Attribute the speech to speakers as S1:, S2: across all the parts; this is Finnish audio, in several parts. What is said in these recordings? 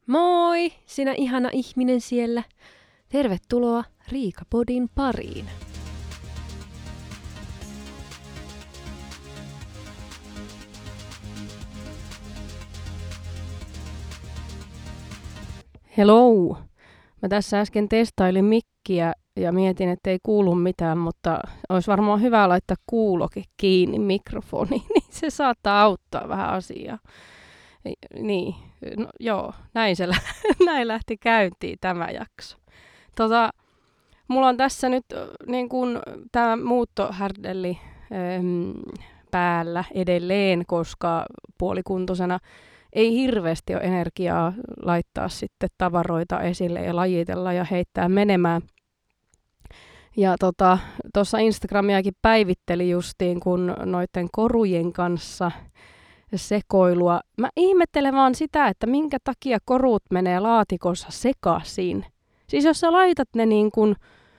S1: Moi, sinä ihana ihminen siellä. Tervetuloa Riikapodin pariin. Hello. Mä tässä äsken testailin mikkiä ja mietin, että ei kuulu mitään, mutta olisi varmaan hyvä laittaa kuuloke kiinni mikrofoniin, niin se saattaa auttaa vähän asiaa. Niin, no, joo, näin lähti käyntiin tämä jakso. Mulla on tässä nyt niin kun tämä muuttohärdelli päällä edelleen, koska puolikuntoisena ei hirveästi ole energiaa laittaa sitten tavaroita esille ja lajitella ja heittää menemään. Ja tuossa Instagramiakin päivitteli justiin, kun noiden korujen kanssa sekoilua. Mä ihmettelen vaan sitä, että minkä takia korut menee laatikossa sekaisin. Siis jos sä laitat ne niin kuin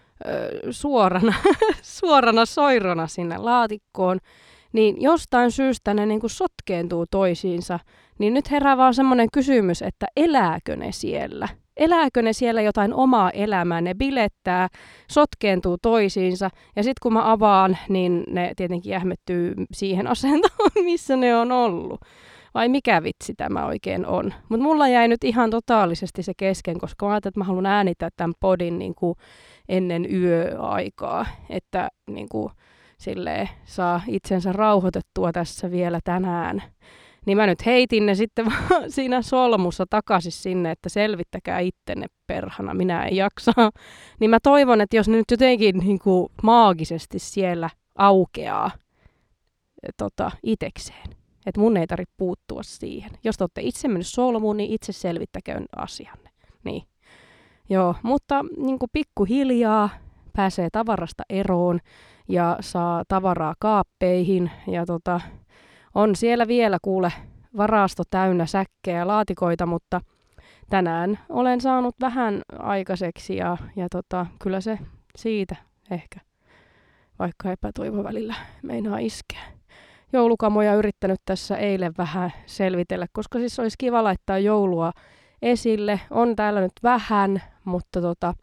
S1: suorana soirona sinne laatikkoon, niin jostain syystä ne niin kuin sotkeentuu toisiinsa. Niin nyt herää vaan semmoinen kysymys, että elääkö ne siellä? Elääkö ne siellä jotain omaa elämää? Ne bilettää, sotkeentuu toisiinsa ja sitten kun mä avaan, niin ne tietenkin jähmettyy siihen asentoon, missä ne on ollut. Vai mikä vitsi tämä oikein on? Mutta mulla jäi nyt ihan totaalisesti se kesken, koska mä ajattelin, että mä haluan äänittää tämän podin niin kuin ennen yöaikaa, että niin kuin silleen saa itsensä rauhoitettua tässä vielä tänään. Niin mä nyt heitin ne sitten vaan siinä solmussa takaisin sinne, että selvittäkää ittenne perhana, minä en jaksa. Niin mä toivon, että jos ne nyt jotenkin niin kuin maagisesti siellä aukeaa itekseen, että mun ei tarvitse puuttua siihen. Jos te olette itse mennyt solmuun, niin itse selvittäköön asianne. Niin. Joo, mutta niin kuin pikkuhiljaa pääsee tavarasta eroon ja saa tavaraa kaappeihin ja on siellä vielä kuule varasto täynnä säkkejä ja laatikoita, mutta tänään olen saanut vähän aikaiseksi ja kyllä se siitä ehkä, vaikka epätoivo välillä meinaa iskeä. Joulukamoja yrittänyt tässä eilen vähän selvitellä, koska siis olisi kiva laittaa joulua esille. On täällä nyt vähän, mutta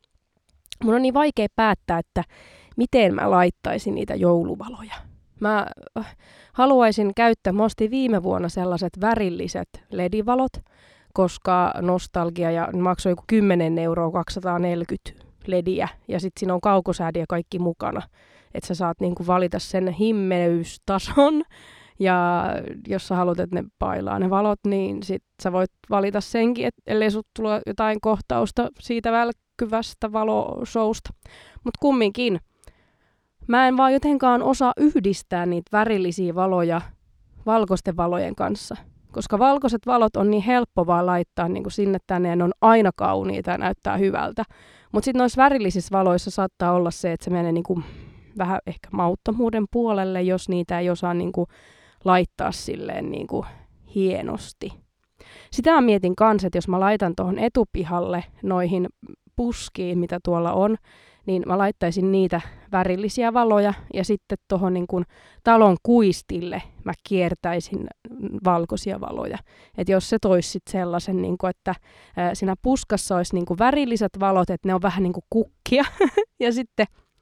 S1: mun on niin vaikea päättää, että miten mä laittaisin niitä jouluvaloja. Mä haluaisin käyttää, mä ostin viime vuonna sellaiset värilliset ledivalot, koska nostalgia ja maksoi joku 10 € 240 lediä ja sitten siinä on kaukosäädi ja kaikki mukana. Että sä saat niinku valita sen himmelyystason ja jos sä haluat, että ne pailaa ne valot, niin sit sä voit valita senkin, ellei sut tule jotain kohtausta siitä välkkyvästä valoshowsta. Mut kumminkin. Mä en vaan jotenkaan osaa yhdistää niitä värillisiä valoja valkoisten valojen kanssa. Koska valkoiset valot on niin helppo vaan laittaa niin kuin sinne tänne ja ne on aina kauniita ja näyttää hyvältä. Mutta sitten noissa värillisissä valoissa saattaa olla se, että se menee niin kuin vähän ehkä mauttomuuden puolelle, jos niitä ei osaa niin kuin laittaa silleen niin kuin hienosti. Sitä mä mietin kanssa, että jos mä laitan tuohon etupihalle noihin puskiin, mitä tuolla on, niin mä laittaisin niitä värillisiä valoja ja sitten tuohon niin kuin talon kuistille mä kiertäisin valkoisia valoja. Et jos se toisi sitten sellaisen, niin kuin, että siinä puskassa olisi niin kuin värilliset valot, että ne on vähän niin kuin kukkia ja sitten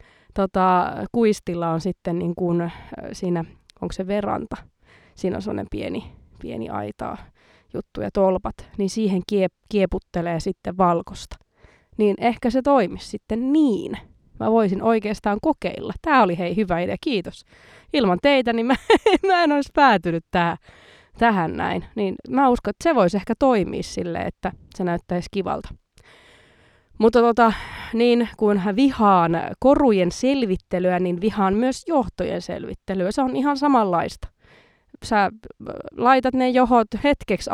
S1: kuistilla on sitten niin kuin siinä, onko se veranta, siinä on sellainen pieni aitaa juttu ja tolpat, niin siihen kieputtelee sitten valkosta. Niin ehkä se toimisi sitten niin. Mä voisin oikeastaan kokeilla. Tää oli hei hyvä idea, kiitos. Ilman teitä niin mä en olisi päätynyt tähän näin. Niin mä uskon, että se voisi ehkä toimia silleen, että se näyttäisi kivalta. Mutta niin kun vihaan korujen selvittelyä, niin vihaan myös johtojen selvittelyä. Se on ihan samanlaista. Sä laitat ne johot hetkeksi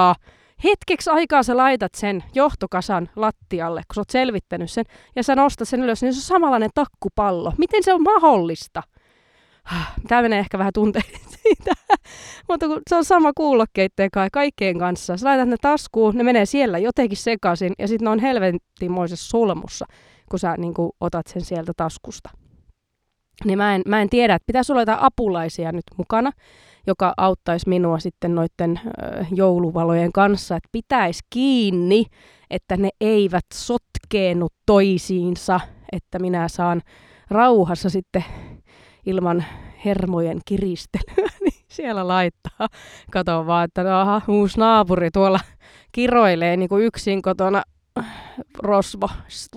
S1: aikaa sä laitat sen johtokasan lattialle, kun sä oot selvittänyt sen, ja sä nostat sen ylös, niin se on samanlainen takkupallo. Miten se on mahdollista? Tää menee ehkä vähän tunteisiin siitä, mutta kun se on sama kuulokkeitten kaikkien kanssa. Sä laitat ne taskuun, ne menee siellä jotenkin sekaisin, ja sitten ne on helvetimoisessa solmussa, kun sä niin kun otat sen sieltä taskusta. Niin mä en tiedä, että pitäisi olla jotain apulaisia nyt mukana, joka auttaisi minua sitten noiden jouluvalojen kanssa, että pitäisi kiinni, että ne eivät sotkeennu toisiinsa, että minä saan rauhassa sitten ilman hermojen kiristelyä, niin siellä laittaa. Kato vaan, että uusi naapuri tuolla kiroilee niin kuin yksin kotona rosvo.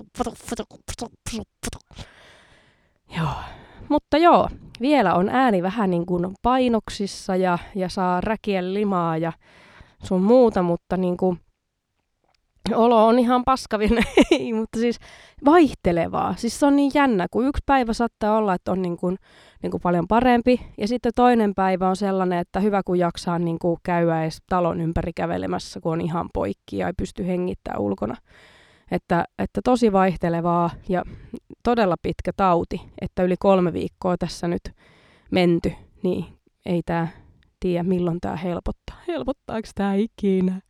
S1: Joo. Mutta joo, vielä on ääni vähän niin kuin painoksissa ja saa räkiä limaa ja sun muuta, mutta niin kuin olo on ihan paskavin, mutta siis vaihtelevaa. Siis se on niin jännä, kun yksi päivä saattaa olla, että on niin kuin paljon parempi, ja sitten toinen päivä on sellainen, että hyvä kun jaksaa niin kuin käydä edes talon ympäri kävelemässä, kun on ihan poikki ja ei pysty hengittämään ulkona. Että tosi vaihtelevaa ja todella pitkä tauti, että yli 3 viikkoa tässä nyt menty, niin ei tää tiedä milloin tää helpottaa. Helpottaako tää ikinä?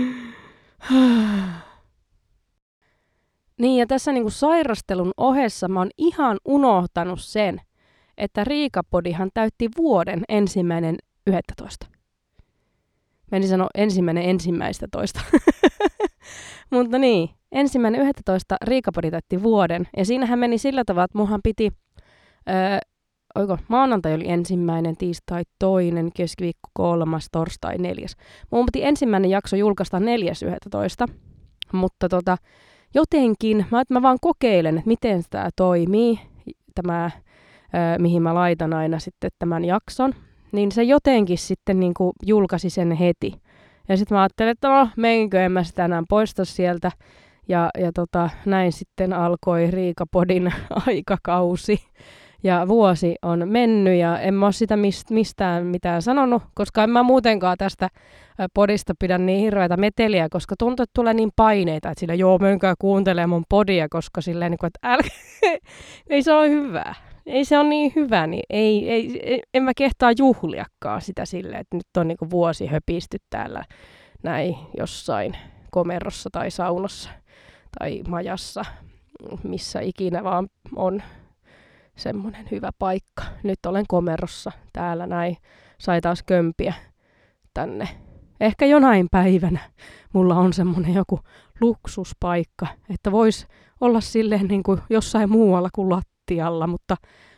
S1: Niin ja tässä niinku sairastelun ohessa mä oon ihan unohtanut sen, että Riikapodihan täytti vuoden 1.11. Meni sanoa 1.11. Mutta niin, 1.11. Riikapodi täytti vuoden. Ja siinähän meni sillä tavalla, että munhan piti, maanantai oli 1., tiistai 2., keskiviikko 3., torstai 4. Mun piti ensimmäinen jakso julkaista 4.11. Mutta jotenkin, mä vaan kokeilen, että miten tämä toimii, tämä, mihin mä laitan aina sitten tämän jakson. Niin se jotenkin sitten niin kuin julkaisi sen heti. Ja sitten mä ajattelin, että menkö en mä sitä enää poista sieltä. Ja näin sitten alkoi Riikapodin aikakausi. Ja vuosi on mennyt ja en mä ole sitä mistään mitään sanonut, koska en mä muutenkaan tästä podista pidä niin hirveätä meteliä, koska tuntuu, että tulee niin paineita, että sillä menkää kuuntelemaan mun podia, koska silleen, että ei se ole hyvää. Ei se ole niin hyvä, niin en mä kehtaa juhliakaan sitä silleen, että nyt on niin kuin vuosi höpisty täällä näin jossain komerossa tai saunassa tai majassa, missä ikinä vaan on semmoinen hyvä paikka. Nyt olen komerossa täällä näin, sai taas kömpiä tänne. Ehkä jonain päivänä mulla on semmoinen joku luksuspaikka, että vois olla silleen niin kuin jossain muualla kuin lattialla, mutta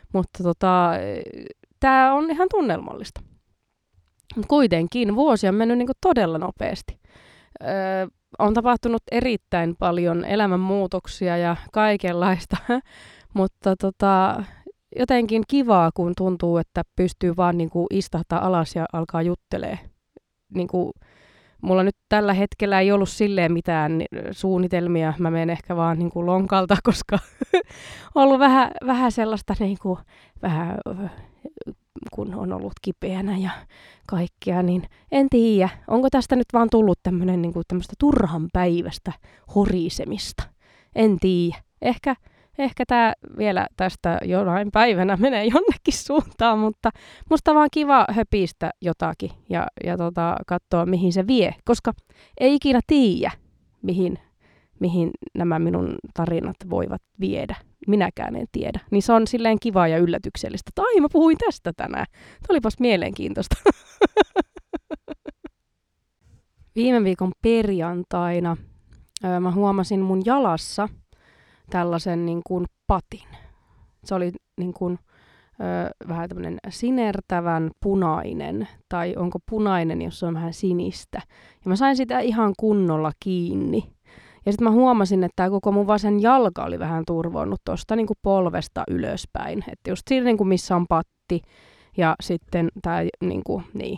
S1: tää on ihan tunnelmallista. Kuitenkin vuosi on mennyt niin kuin todella nopeasti. On tapahtunut erittäin paljon elämänmuutoksia ja kaikenlaista, mutta jotenkin kivaa, kun tuntuu, että pystyy vaan niin kuin istahtaa alas ja alkaa juttelee. Niin kuin, mulla nyt tällä hetkellä ei ollut silleen mitään suunnitelmia. Mä menen ehkä vaan niin kuin lonkalta, koska on ollut vähän sellaista, niin kuin, vähän, kun on ollut kipeänä ja kaikkea, niin en tiedä. Onko tästä nyt vaan tullut tämmöinen niin kuin tämmöistä turhan päivästä horisemista? En tiedä. Ehkä tämä vielä tästä jonain päivänä menee jonnekin suuntaan, mutta musta on vaan kiva höpistä jotakin ja katsoa, mihin se vie. Koska ei ikinä tiedä, mihin nämä minun tarinat voivat viedä. Minäkään en tiedä. Niin se on silleen kivaa ja yllätyksellistä. Tai mä puhuin tästä tänään. Tämä olipas mielenkiintoista. Viime viikon perjantaina mä huomasin mun jalassa tällaisen niin kuin patin. Se oli niin kuin, vähän tämmöinen sinertävän punainen, tai onko punainen, jos se on vähän sinistä. Ja mä sain sitä ihan kunnolla kiinni. Ja sitten mä huomasin, että tämä koko mun vasen jalka oli vähän turvonnut tuosta niin kuin polvesta ylöspäin. Että just siinä, niin kuin missä on patti, ja sitten tämä niin.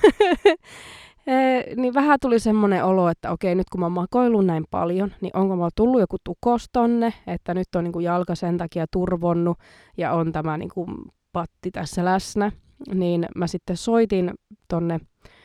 S1: Niin vähän tuli semmoinen olo, että okei, nyt kun mä oon makoillut näin paljon, niin onko mulla tullut joku tukos tonne, että nyt on niinku jalka sen takia turvonnut ja on tämä niinku patti tässä läsnä. Niin mä sitten soitin tonne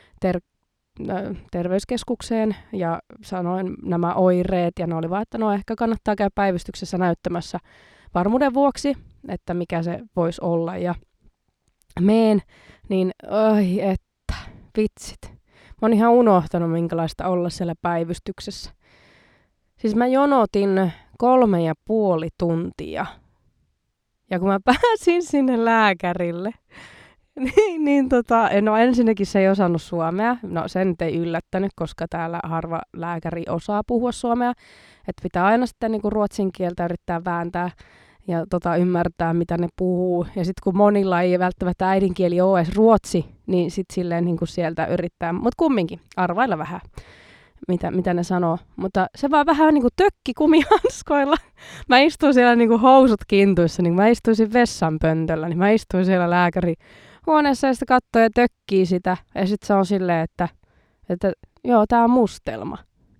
S1: terveyskeskukseen ja sanoin nämä oireet ja ne oli vaan, että ehkä kannattaa käydä päivystyksessä näyttämässä varmuuden vuoksi, että mikä se voisi olla. Ja meen, niin että vitsit. Mä oon ihan unohtanut, minkälaista olla siellä päivystyksessä. Siis mä jonotin 3,5 tuntia. Ja kun mä pääsin sinne lääkärille, No ensinnäkin se ei osannut suomea. No se nyt ei yllättänyt, koska täällä harva lääkäri osaa puhua suomea. Että pitää aina sitten niinku ruotsin kieltä yrittää vääntää ja ymmärtää, mitä ne puhuu. Ja sitten kun monilla ei välttämättä äidinkieli ole edes ruotsi, niin sitten silleen niinku sieltä yrittää. Mutta kumminkin, arvailla vähän, mitä ne sanoo. Mutta se vaan vähän niinku tökki kumihanskoilla. Mä istuin siellä niinku housut kintuissa, niin mä istuisin vessanpöntöllä, niin mä istuin siellä lääkärihuoneessa ja sitten katsoo ja tökkii sitä. Ja sitten se on silleen, että joo, tää on mustelma.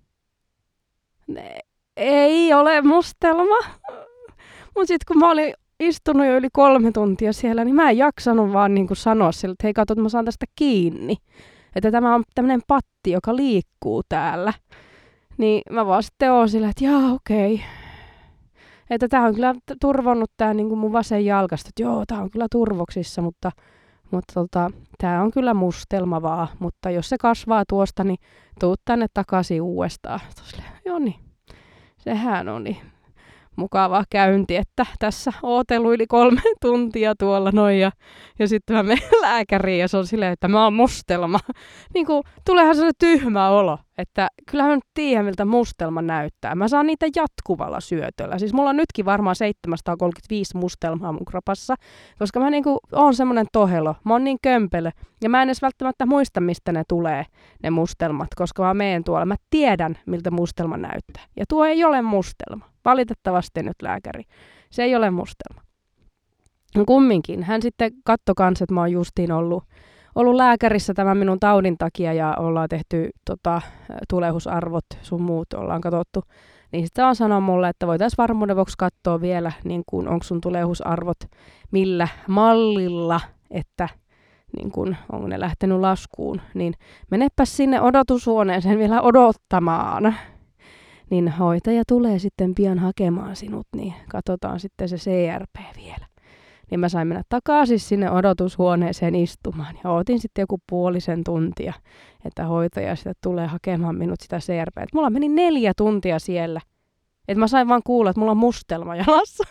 S1: Ei ole mustelma. Mutta sitten kun mä olin istunut jo yli 3 tuntia siellä, niin mä en jaksanut vaan niinku sanoa sille, että hei kato, että mä saan tästä kiinni. Että tämä on tämmöinen patti, joka liikkuu täällä. Niin mä vaan sitten oon sillä, että jaa okei. Että tää on kyllä turvonnut tää niinku mun vasen jalkasta. Että joo, tää on kyllä turvoksissa, mutta tää on kyllä mustelma vaan. Mutta jos se kasvaa tuosta, niin tuut tänne takaisin uudestaan. Joo niin, sehän on niin mukava käynti, että tässä ootellut yli 3 tuntia tuolla noin ja sitten mä menen lääkäriin ja se on silleen, että mä oon mustelma. Niin kuin tuleehan sellainen tyhmä olo, että kyllähän mä nyt tiedän, miltä mustelma näyttää. Mä saan niitä jatkuvalla syötöllä. Siis mulla on nytkin varmaan 735 mustelmaa mun kropassa, koska mä niinku oon semmonen tohelo. Mä oon niin kömpelö ja mä en edes välttämättä muista, mistä ne tulee, ne mustelmat, koska mä meen tuolla. Mä tiedän, miltä mustelma näyttää. Ja tuo ei ole mustelma. Valitettavasti nyt lääkäri. Se ei ole mustelma. Kumminkin. Hän sitten katsoi kans, että mä oon justiin ollut lääkärissä tämän minun taudin takia ja ollaan tehty tulehusarvot sun muut ollaan katsottu. Niin sitten vaan sanoi mulle, että voitaisiin varmuuden vuoksi katsoa vielä, niin kun, onko sun tulehusarvot millä mallilla, että niin kun, onko ne lähtenyt laskuun. Niin menepäs sinne odotushuoneeseen vielä odottamaan. Niin hoitaja tulee sitten pian hakemaan sinut, niin katsotaan sitten se CRP vielä. Niin mä sain mennä takaisin sinne odotushuoneeseen istumaan ja ootin sitten joku 0,5 tuntia, että hoitaja sitten tulee hakemaan minut sitä CRP. Mulla meni 4 tuntia siellä, että mä sain vaan kuulla, että mulla on mustelma jalassa.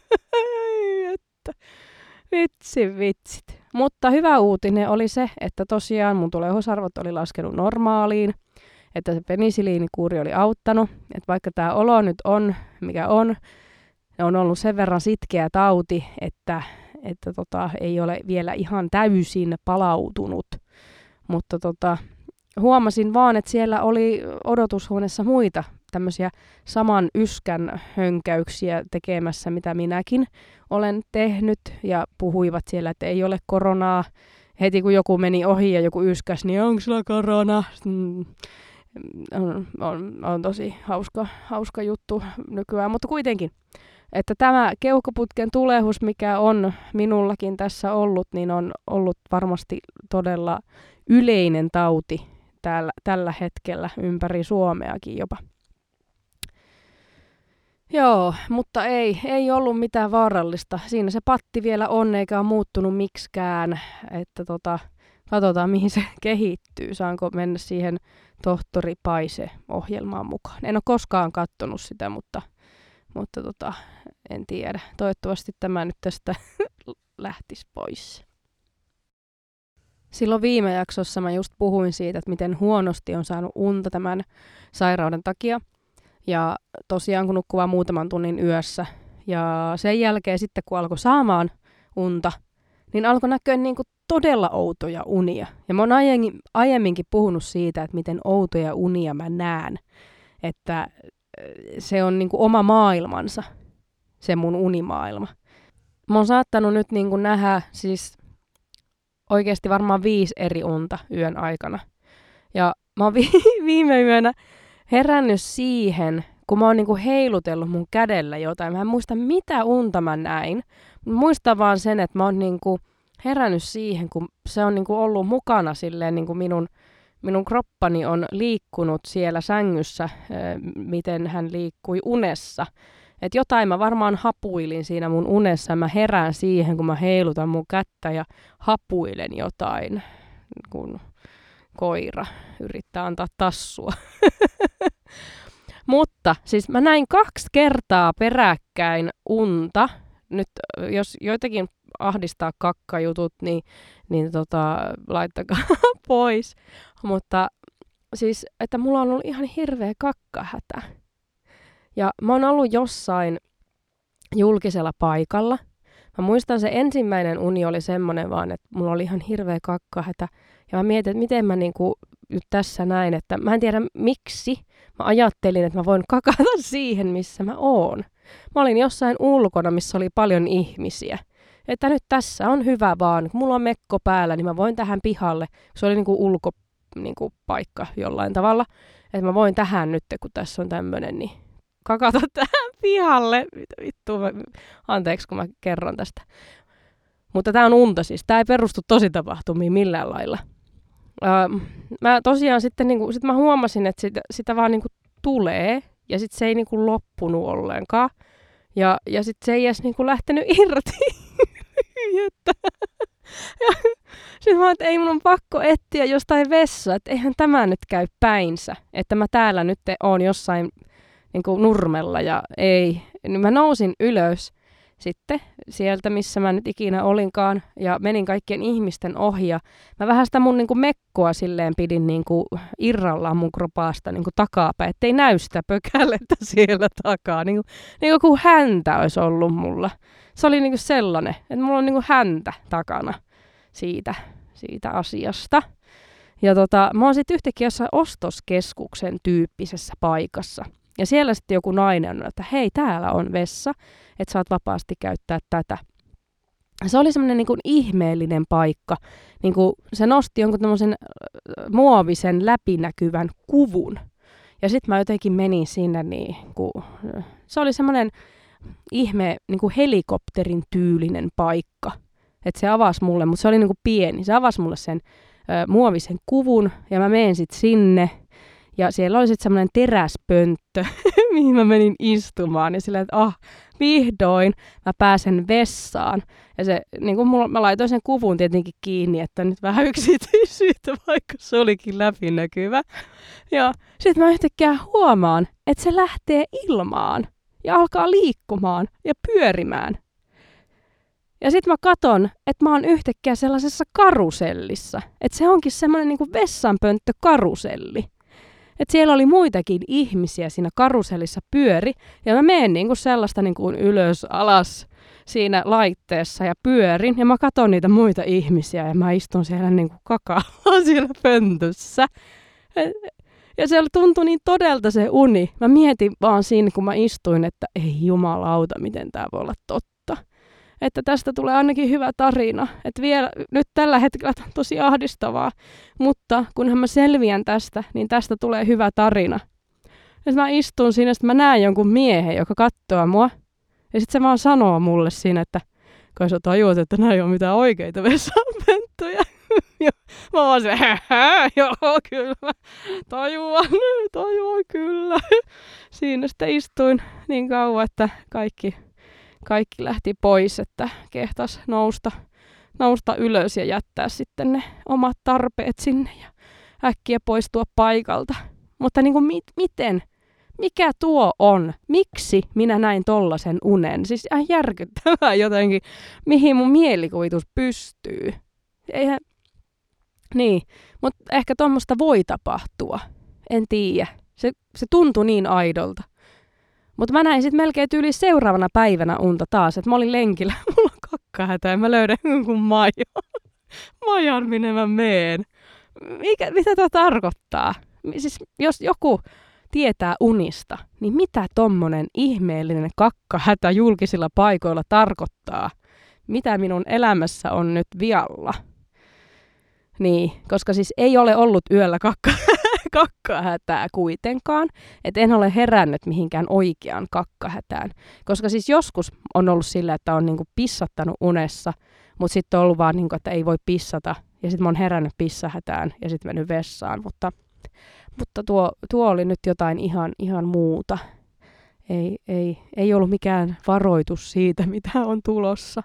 S1: Vitsit. Mutta hyvä uutinen oli se, että tosiaan mun tulehusarvot oli laskenut normaaliin, että se penisiliinikuuri oli auttanut, että vaikka tämä olo nyt on, mikä on ollut sen verran sitkeä tauti, että ei ole vielä ihan täysin palautunut. Mutta huomasin vaan, että siellä oli odotushuoneessa muita tämmöisiä saman yskän hönkäyksiä tekemässä, mitä minäkin olen tehnyt. Ja puhuivat siellä, että ei ole koronaa. Heti kun joku meni ohi ja joku yskäs, niin onko sulla korona? On tosi hauska juttu nykyään, mutta kuitenkin. Että tämä keuhkoputken tulehus, mikä on minullakin tässä ollut, niin on ollut varmasti todella yleinen tauti tällä hetkellä ympäri Suomeakin jopa. Joo, mutta ei ollut mitään vaarallista. Siinä se patti vielä on, eikä ole muuttunut miksikään. Että katsotaan, mihin se kehittyy. Saanko mennä siihen tohtori Paise-ohjelmaan mukaan. En ole koskaan katsonut sitä, mutta en tiedä. Toivottavasti tämä nyt tästä lähtisi pois. Silloin viime jaksossa mä just puhuin siitä, että miten huonosti on saanut unta tämän sairauden takia. Ja tosiaan kun nukkuu vaan muutaman tunnin yössä. Ja sen jälkeen sitten kun alkoi saamaan unta, niin alkoi näkyä niin kuin todella outoja unia. Ja mä oon aiemminkin puhunut siitä, että miten outoja unia mä näen. Että se on niin kuin oma maailmansa, se mun unimaailma. Mä oon saattanut nyt niin kuin nähdä siis oikeasti varmaan 5 eri unta yön aikana. Ja mä oon viime yönä herännyt siihen, kun mä oon niin kuin heilutellut mun kädellä jotain. Mä en muista mitä unta mä näin. Mä muistan vaan sen, että mä oon niin kuin herännyt siihen, kun se on niin kuin ollut mukana silleen niin kuin minun kroppani on liikkunut siellä sängyssä, miten hän liikkui unessa. Et jotain mä varmaan hapuilin siinä mun unessa. Mä herään siihen, kun mä heilutan mun kättä ja hapuilen jotain, kun koira yrittää antaa tassua. Mutta siis mä näin 2 kertaa peräkkäin unta. Nyt jos joitakin ahdistaa kakkajutut, niin laittakaa pois. Mutta siis, että mulla on ollut ihan hirveä kakkahätä. Ja mä oon ollut jossain julkisella paikalla. Mä muistan, se ensimmäinen uni oli semmoinen vaan, että mulla oli ihan hirveä kakkahätä. Ja mä mietin, että miten mä niinku nyt tässä näin, että mä en tiedä miksi. Mä ajattelin, että mä voin kakata siihen, missä mä oon. Mä olin jossain ulkona, missä oli paljon ihmisiä. Että nyt tässä on hyvä vaan. Kun mulla on mekko päällä, niin mä voin tähän pihalle. Se oli niinku paikka jollain tavalla. Että mä voin tähän nyt, kun tässä on tämmönen, niin kakata tähän pihalle. Vittu, anteeksi kun mä kerron tästä. Mutta tää on unta siis. Tää ei perustu tositapahtumiin millään lailla. Mä tosiaan sitten sit mä huomasin, että sitä vaan niinku tulee. Ja sit se ei niinku loppunut ollenkaan. Ja sit se ei edes niinku lähtenyt irti. Ja sit mä että ei mun on pakko etsiä jostain vessaa, että eihän tämä nyt käy päinsä. Että mä täällä nyt oon jossain niinku nurmella ja ei. Niin mä nousin ylös sitten sieltä, missä mä nyt ikinä olinkaan ja menin kaikkien ihmisten ohi. Ja mä vähän sitä mun niinku mekkoa silleen pidin niinku irrallaan mun kropaasta niinku takapäin, ettei näy sitä pökälettä siellä takaa. Niinku kuin häntä olisi ollut mulla. Se oli niinku sellainen, että mulla on niinku häntä takana siitä asiasta. Ja mä oon sitten yhtäkkiä jossain ostoskeskuksen tyyppisessä paikassa. Ja siellä sitten joku nainen on, että hei, täällä on vessa, että saat vapaasti käyttää tätä. Se oli semmoinen niin kuin ihmeellinen paikka. Niin kuin se nosti jonkun tämmöisen muovisen läpinäkyvän kuvun. Ja sitten mä jotenkin menin sinne, niin se oli semmoinen ihme niin kuin helikopterin tyylinen paikka. Että se avasi mulle, mutta se oli niin kuin pieni. Se avasi mulle sen muovisen kuvun ja mä menen sitten sinne. Ja siellä oli sitten semmoinen teräspönttö, mihin mä menin istumaan. Ja sillä, että vihdoin mä pääsen vessaan. Ja se, niin kuin mä laitoin sen kuvun tietenkin kiinni, että nyt vähän yksityisyyttä, vaikka se olikin läpinäkyvä. Ja sitten mä yhtäkkiä huomaan, että se lähtee ilmaan ja alkaa liikkumaan ja pyörimään. Ja sitten mä katon, että mä oon yhtäkkiä sellaisessa karusellissa. Että se onkin semmoinen niin kuin vessanpönttö-karuselli. Että siellä oli muitakin ihmisiä siinä karusellissa pyöri. Ja mä menen niinku sellaista niinku ylös, alas siinä laitteessa ja pyörin. Ja mä katson niitä muita ihmisiä ja mä istun siellä niinku kakalla siellä pöntössä. Ja se tuntui niin todelta se uni. Mä mietin vaan siinä, kun mä istuin, että ei jumalauta, miten tää voi olla totta. Että tästä tulee ainakin hyvä tarina. Että vielä nyt tällä hetkellä on tosi ahdistavaa, mutta kunhan mä selviän tästä, niin tästä tulee hyvä tarina. Ja mä istun siinä, että mä näen jonkun miehen, joka katsoo mua. Ja sitten se vaan sanoo mulle siinä, että kai sä tajuat, että nämä ei ole mitään oikeita vessanpönttöjä. Ja mä vaan se, joo kyllä, tajuan kyllä. Siinä sitten istuin niin kauan, että kaikki lähti pois, että kehtas nousta ylös ja jättää sitten ne omat tarpeet sinne ja äkkiä poistua paikalta. Mutta niin kuin miten? Mikä tuo on? Miksi minä näin tollasen unen? Siis ihan järkyttävää jotenkin, mihin mun mielikuvitus pystyy. Eihän. Niin, mutta ehkä tuommoista voi tapahtua. En tiedä. Se tuntui niin aidolta. Mutta mä näin sitten melkein tyyli seuraavana päivänä unta taas, että mä olin lenkillä, mulla on kakkahätä ja mä löydän jonkun majan, minne mä meen. Mitä tämä tarkoittaa? Siis jos joku tietää unista, niin mitä tommonen ihmeellinen kakkahätä julkisilla paikoilla tarkoittaa? Mitä minun elämässä on nyt vialla? Niin, koska siis ei ole ollut yöllä kakkahätää kuitenkaan, että en ole herännyt mihinkään oikeaan kakkahätään. Koska siis joskus on ollut sillä, että on niinku pissattanut unessa, mutta sitten on ollut vaan, niinku, että ei voi pissata. Ja sitten mä oon herännyt pissahätään ja sitten mennyt vessaan. Mutta tuo oli nyt jotain ihan muuta. Ei ollut mikään varoitus siitä, mitä on tulossa.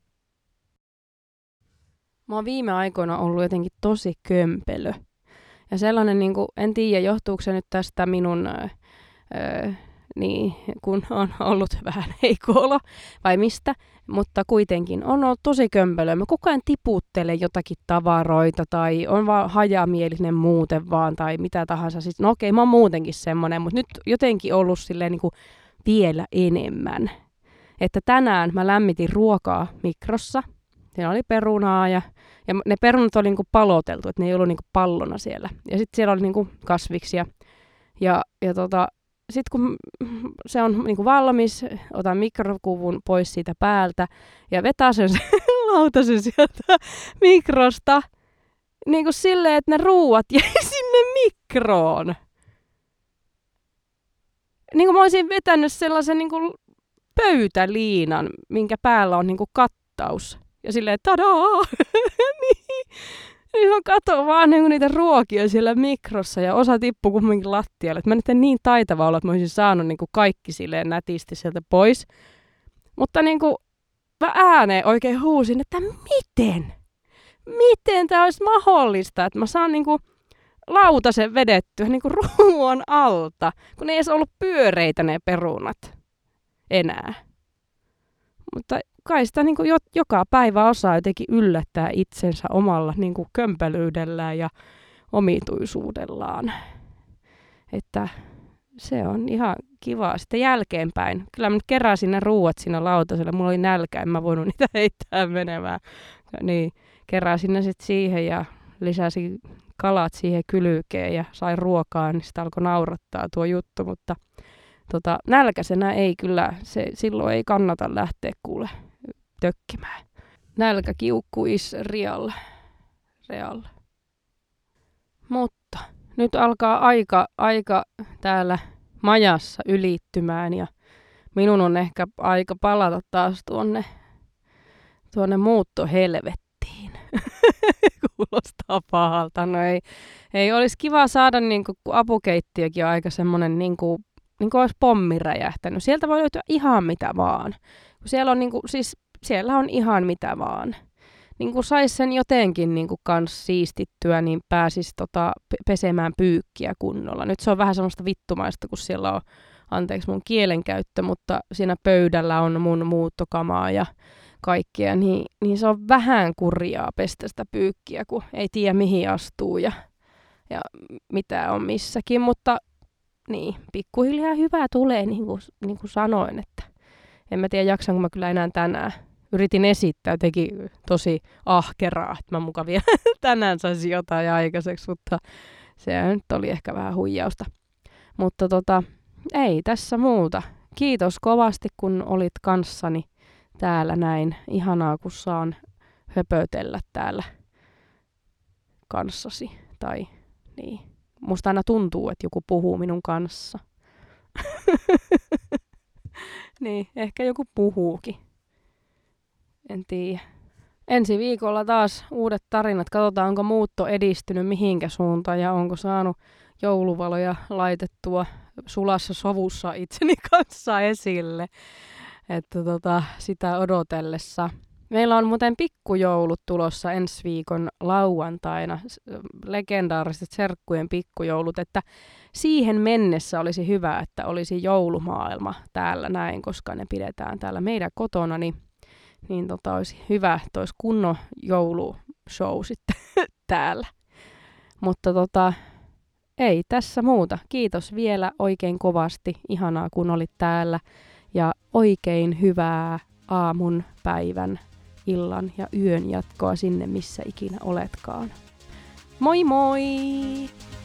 S1: Mä oon viime aikoina ollut jotenkin tosi kömpelö. Ja sellainen, niin kuin, en tiedä, johtuuko se nyt tästä minun niin, kun on ollut vähän heikko olo, vai mistä, mutta kuitenkin on ollut tosi kömpelöä. Mä koko ajan tiputtelen jotakin tavaroita, tai on vaan hajamielinen muuten vaan, tai mitä tahansa. Siis, no okei, mä oon muutenkin semmonen, mutta nyt jotenkin ollut silleen niin kuin vielä enemmän. Että tänään mä lämmitin ruokaa mikrossa. Siinä oli perunaa ja ne perunat oli niinku paloteltu, että ne ei ollut niinku pallona siellä. Ja sitten siellä oli niinku kasviksia. Ja sitten kun se on niinku valmis, otan mikrokuvun pois siitä päältä ja vetää sen lautasen sieltä mikrosta. Niinku silleen, että ne ruuat jäi sinne mikroon. Niinku mä olisin vetänyt sellaisen niinku pöytäliinan, minkä päällä on niinku kattaus. Ja silleen, tadaa! niin mä katon vaan niinku niitä ruokia siellä mikrossa ja osa tippui kumminkin lattialle. Et mä nyt en niin taitava olla, että mä olisin saanut niinku kaikki silleen nätisti sieltä pois. Mutta niinku mä ääneen oikein huusin, että miten tää olisi mahdollista, että mä saan niinku lautasen vedettyä niinku ruoan alta, kun ei edes ollut pyöreitä ne perunat enää. Mutta kai sitä niin kuin joka päivä osaa jotenkin yllättää itsensä omalla niin kuin kömpelyydellään ja omituisuudellaan. Että se on ihan kiva sitten jälkeenpäin. Kyllä mä nyt keräsin ne ruuat siinä lautasella. Mulla oli nälkä, en mä voinut niitä heittää menemään. Niin, keräsin ne sitten siihen ja lisäsin kalat siihen kylkeen ja sain ruokaa, niin sitä alkoi naurattaa tuo juttu. Mutta nälkäisenä ei kyllä, silloin ei kannata lähteä kuule tökkimään. Nälkäkiukku is real. Mutta nyt alkaa aika täällä majassa ylittymään ja minun on ehkä aika palata taas tuonne muuttohelvettiin. Kuulostaa pahalta. No ei olisi kiva saada, niinku, kun apukeittiökin on aika semmoinen niin kuin olisi pommi räjähtänyt. Sieltä voi löytyä ihan mitä vaan. Siellä on, siellä on ihan mitä vaan. Niin kuin sais sen jotenkin niin kuin kans siistittyä, niin pääsis pesemään pyykkiä kunnolla. Nyt se on vähän semmoista vittumaista, kun siellä on, anteeksi mun kielenkäyttö, mutta siinä pöydällä on mun muuttokamaa ja kaikkea, niin se on vähän kurjaa pestä sitä pyykkiä, kun ei tiedä mihin astuu ja mitä on missäkin, mutta niin, pikkuhiljaa hyvää tulee, niin kuin sanoin, että en mä tiedä jaksanko mä kyllä enää tänään. Yritin esittää jotenkin tosi ahkeraa, että mä muka vielä tänään saisin jotain aikaiseksi, mutta se nyt oli ehkä vähän huijausta. Mutta ei tässä muuta. Kiitos kovasti, kun olit kanssani täällä näin. Ihanaa, kun saan höpötellä täällä kanssasi. Tai niin. Musta aina tuntuu, että joku puhuu minun kanssa. Niin, ehkä joku puhuukin. En tiedä. Ensi viikolla taas uudet tarinat. Katsotaan, onko muutto edistynyt mihinkä suuntaan ja onko saanut jouluvaloja laitettua sulassa sovussa itseni kanssa esille. Että sitä odotellessa. Meillä on muuten pikkujoulut tulossa ensi viikon lauantaina, legendaariset serkkujen pikkujoulut, että siihen mennessä olisi hyvä, että olisi joulumaailma täällä näin, koska ne pidetään täällä meidän kotona, niin olisi hyvä, että olisi kunnon joulushow sitten täällä. Mutta ei tässä muuta. Kiitos vielä oikein kovasti. Ihanaa, kun olit täällä ja oikein hyvää aamun, päivän, illan ja yön jatkoa sinne, missä ikinä oletkaan. Moi moi!